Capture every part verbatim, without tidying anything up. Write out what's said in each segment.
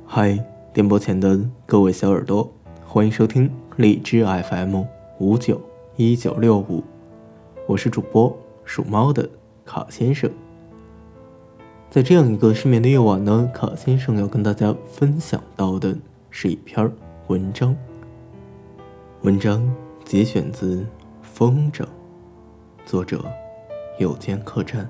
嗨，电波前的各位小耳朵，欢迎收听荔枝 F M 五九一九六五，我是主播属猫的卡先生。在这样一个失眠的夜晚呢，卡先生要跟大家分享到的是一篇文章。文章节选自《风筝》，作者有间客栈。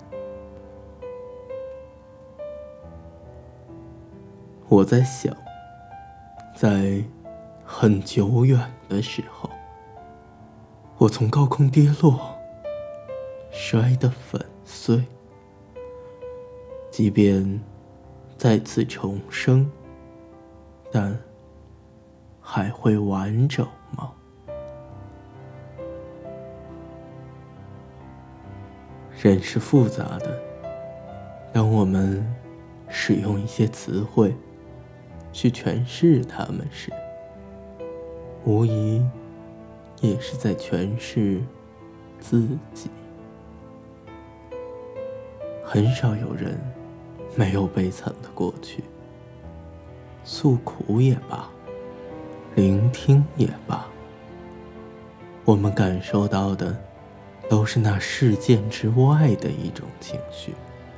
我在想，在很久远的时候，我从高空跌落，摔得粉碎。即便再次重生，但还会完整吗？人是复杂的，当我们使用一些词汇去诠释它们时，无疑也是在诠释自己。很少有人没有悲惨的过去，诉苦也罢，聆听也罢，我们感受到的都是那事件之外的一种情绪，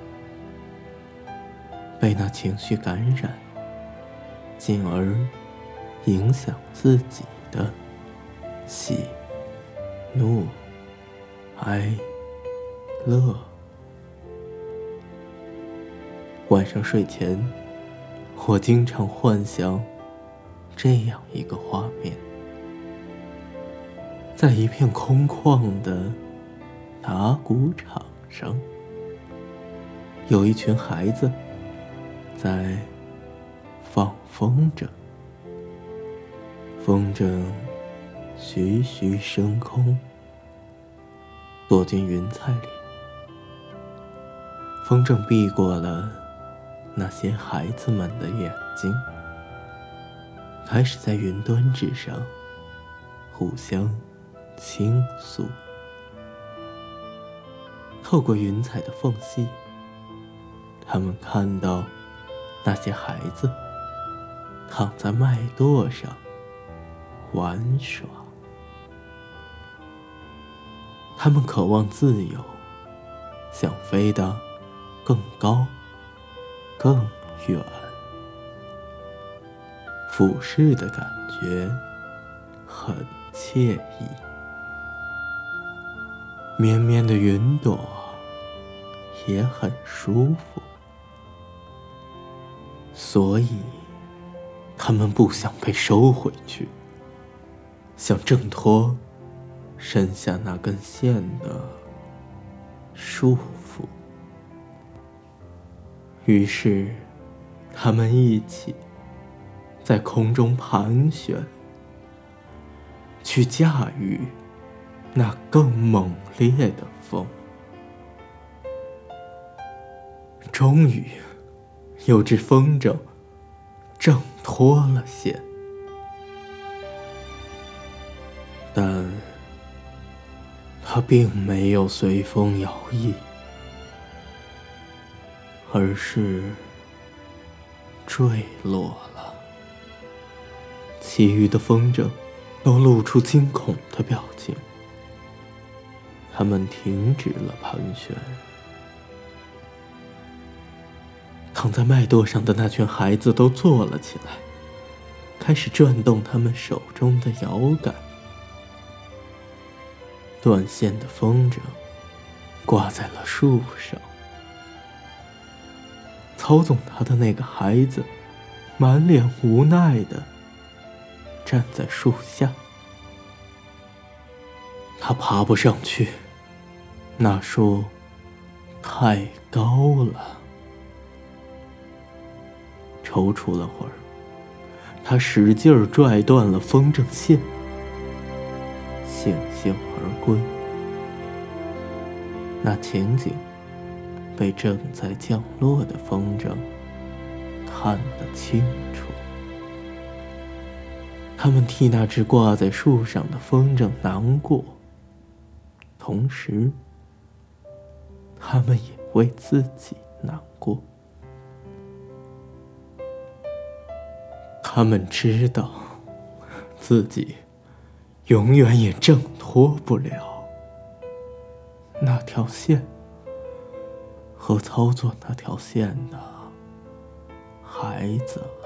被那情绪感染，进而影响自己的喜、怒、哀、乐。晚上睡前，我经常幻想这样一个画面：在一片空旷的打鼓场上，有一群孩子在放风筝，风筝徐徐升空，躲进云彩里。风筝避过了那些孩子们的眼睛，开始在云端之上互相倾诉。透过云彩的缝隙，他们看到那些孩子躺在麦垛上玩耍。他们渴望自由，想飞得更高更远，俯视的感觉很惬意。绵绵的云朵也很舒服，所以他们不想被收回去，想挣脱身下那根线的束缚。于是他们一起在空中盘旋，去驾驭那更猛烈的风。终于有只风筝挣脱了线，但它并没有随风摇曳，而是坠落了。其余的风筝都露出惊恐的表情，他们停止了盘旋。躺在麦垛上的那群孩子都坐了起来，开始转动他们手中的摇杆。断线的风筝挂在了树上，操纵他的那个孩子满脸无奈地站在树下。他爬不上去，那树太高了。踌躇了会儿，他使劲儿拽断了风筝线，悻悻而归。那情景被正在降落的风筝看得清楚。他们替那只挂在树上的风筝难过，同时他们也为自己难过。 他们知道自己永远也挣脱不了那条线，和操作那条线的孩子。